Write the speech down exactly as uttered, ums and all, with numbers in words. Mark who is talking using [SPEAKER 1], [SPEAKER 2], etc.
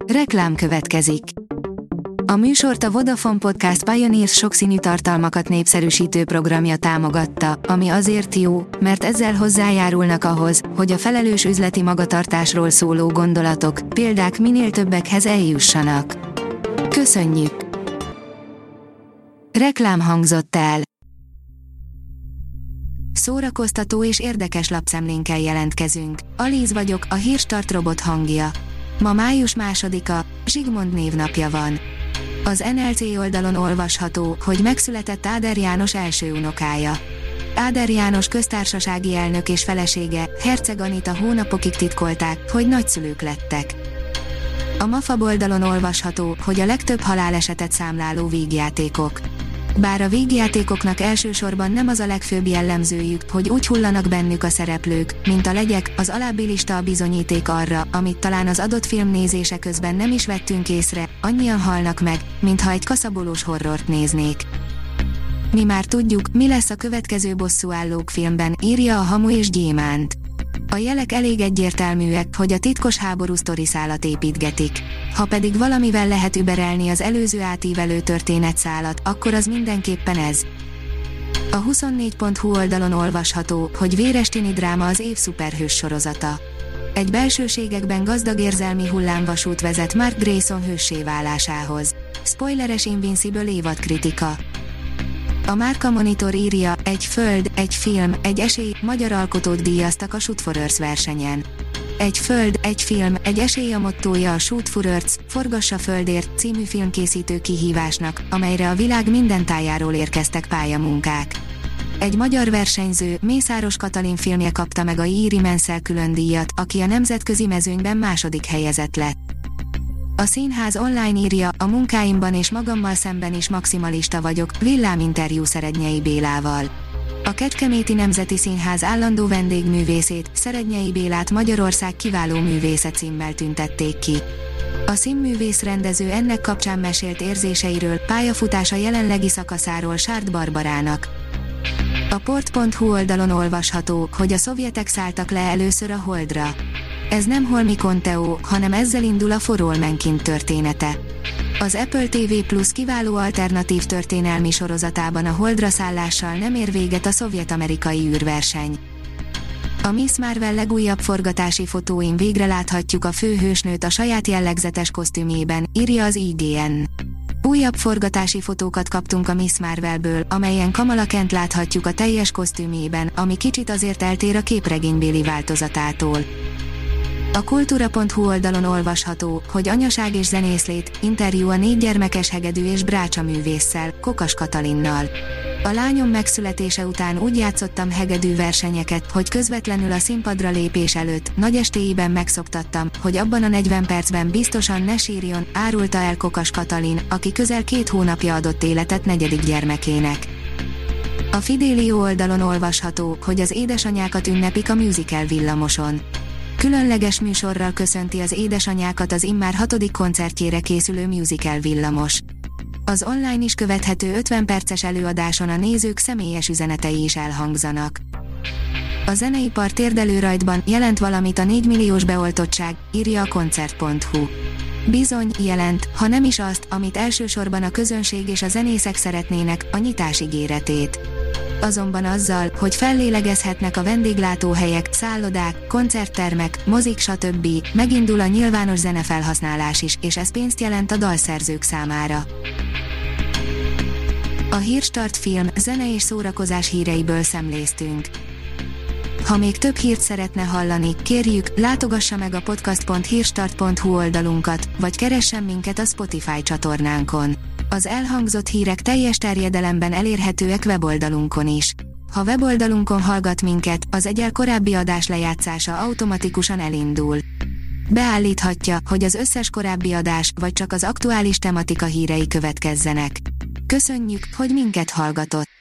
[SPEAKER 1] Reklám következik. A műsort a Vodafone Podcast Pioneers sokszínű tartalmakat népszerűsítő programja támogatta, ami azért jó, mert ezzel hozzájárulnak ahhoz, hogy a felelős üzleti magatartásról szóló gondolatok, példák minél többekhez eljussanak. Köszönjük! Reklám hangzott el. Szórakoztató és érdekes lapszemlénkkel jelentkezünk. Alíz vagyok, a Hírstart robot hangja. Ma május másodika, Zsigmond névnapja van. Az en el cé oldalon olvasható, hogy megszületett Áder János első unokája. Áder János köztársasági elnök és felesége, Herceg Anita hónapokig titkolták, hogy nagyszülők lettek. A Mafab oldalon olvasható, hogy a legtöbb halálesetet számláló vígjátékok. Bár a vígjátékoknak elsősorban nem az a legfőbb jellemzőjük, hogy úgy hullanak bennük a szereplők, mint a legyek, az alábbi lista a bizonyíték arra, amit talán az adott film nézése közben nem is vettünk észre, annyian halnak meg, mintha egy kaszabolós horrort néznék. Mi már tudjuk, mi lesz a következő Bosszúállók filmben, írja a Hamu és Gyémánt. A jelek elég egyértelműek, hogy a titkos háború sztoriszálat építgetik. Ha pedig valamivel lehet überelni az előző átívelő történetszálat, akkor az mindenképpen ez. A huszonnégy pont hu oldalon olvasható, hogy véres tini dráma az év szuperhős sorozata. Egy belsőségekben gazdag érzelmi hullámvasút vezet Mark Grayson hőssé válásához. Spoileres Invincible évad kritika. A Márka Monitor írja, egy föld, egy film, egy esély, magyar alkotók díjaztak a Shoot for Earth versenyen. Egy föld, egy film, egy esély a mottója a Shoot for Earth, Forgassa Földért című filmkészítő kihívásnak, amelyre a világ minden tájáról érkeztek pályamunkák. Egy magyar versenyző, Mészáros Katalin filmje kapta meg a Iri Menzel külön díjat, aki a nemzetközi mezőnyben második helyezett lett. A Színház online írja, a munkáimban és magammal szemben is maximalista vagyok, villáminterjú Szerednyei Bélával. A Kecskeméti Nemzeti Színház állandó vendégművészét, Szerednyei Bélát Magyarország kiváló művésze címmel tüntették ki. A színművész rendező ennek kapcsán mesélt érzéseiről, pályafutása jelenlegi szakaszáról Sárt Barbarának. A port pont hu oldalon olvasható, hogy a szovjetek szálltak le először a Holdra. Ez nem holmi konteó, hanem ezzel indul a For All Mankind története. Az Apple té vé Plus kiváló alternatív történelmi sorozatában a Holdra szállással nem ér véget a szovjet-amerikai űrverseny. A Miss Marvel legújabb forgatási fotóin végre láthatjuk a főhősnőt a saját jellegzetes kosztümjében, írja az i gé en. Újabb forgatási fotókat kaptunk a Miss Marvelből, amelyen Kamala Kent láthatjuk a teljes kosztümjében, ami kicsit azért eltér a képregénybéli változatától. A kultúra pont hu oldalon olvasható, hogy anyaság és zenészlét, interjú a négy gyermekes hegedű és brácsa művésszel, Kokas Katalinnal. A lányom megszületése után úgy játszottam hegedű versenyeket, hogy közvetlenül a színpadra lépés előtt, nagy estéiben megszoktattam, hogy abban a negyven percben biztosan ne sírjon, árulta el Kokas Katalin, aki közel két hónapja adott életet negyedik gyermekének. A Fidelio oldalon olvasható, hogy az édesanyákat ünnepik a musical Villamoson. Különleges műsorral köszönti az édesanyákat az immár hatodik koncertjére készülő musical Villamos. Az online is követhető ötven perces előadáson a nézők személyes üzenetei is elhangzanak. A zeneipar térdelő rajtban jelent valamit a négy milliós beoltottság, írja a koncert pont hu. Bizony, jelent, ha nem is azt, amit elsősorban a közönség és a zenészek szeretnének, a nyitás ígéretét. Azonban azzal, hogy fellélegezhetnek a vendéglátóhelyek, szállodák, koncerttermek, mozik stb. Megindul a nyilvános zenefelhasználás is, és ez pénzt jelent a dalszerzők számára. A Hírstart film, zene és szórakozás híreiből szemléztünk. Ha még több hírt szeretne hallani, kérjük, látogassa meg a podcast pont hírstart pont hu oldalunkat, vagy keressen minket a Spotify csatornánkon. Az elhangzott hírek teljes terjedelemben elérhetőek weboldalunkon is. Ha weboldalunkon hallgat minket, az egyel korábbi adás lejátszása automatikusan elindul. Beállíthatja, hogy az összes korábbi adás, vagy csak az aktuális tematika hírei következzenek. Köszönjük, hogy minket hallgatott!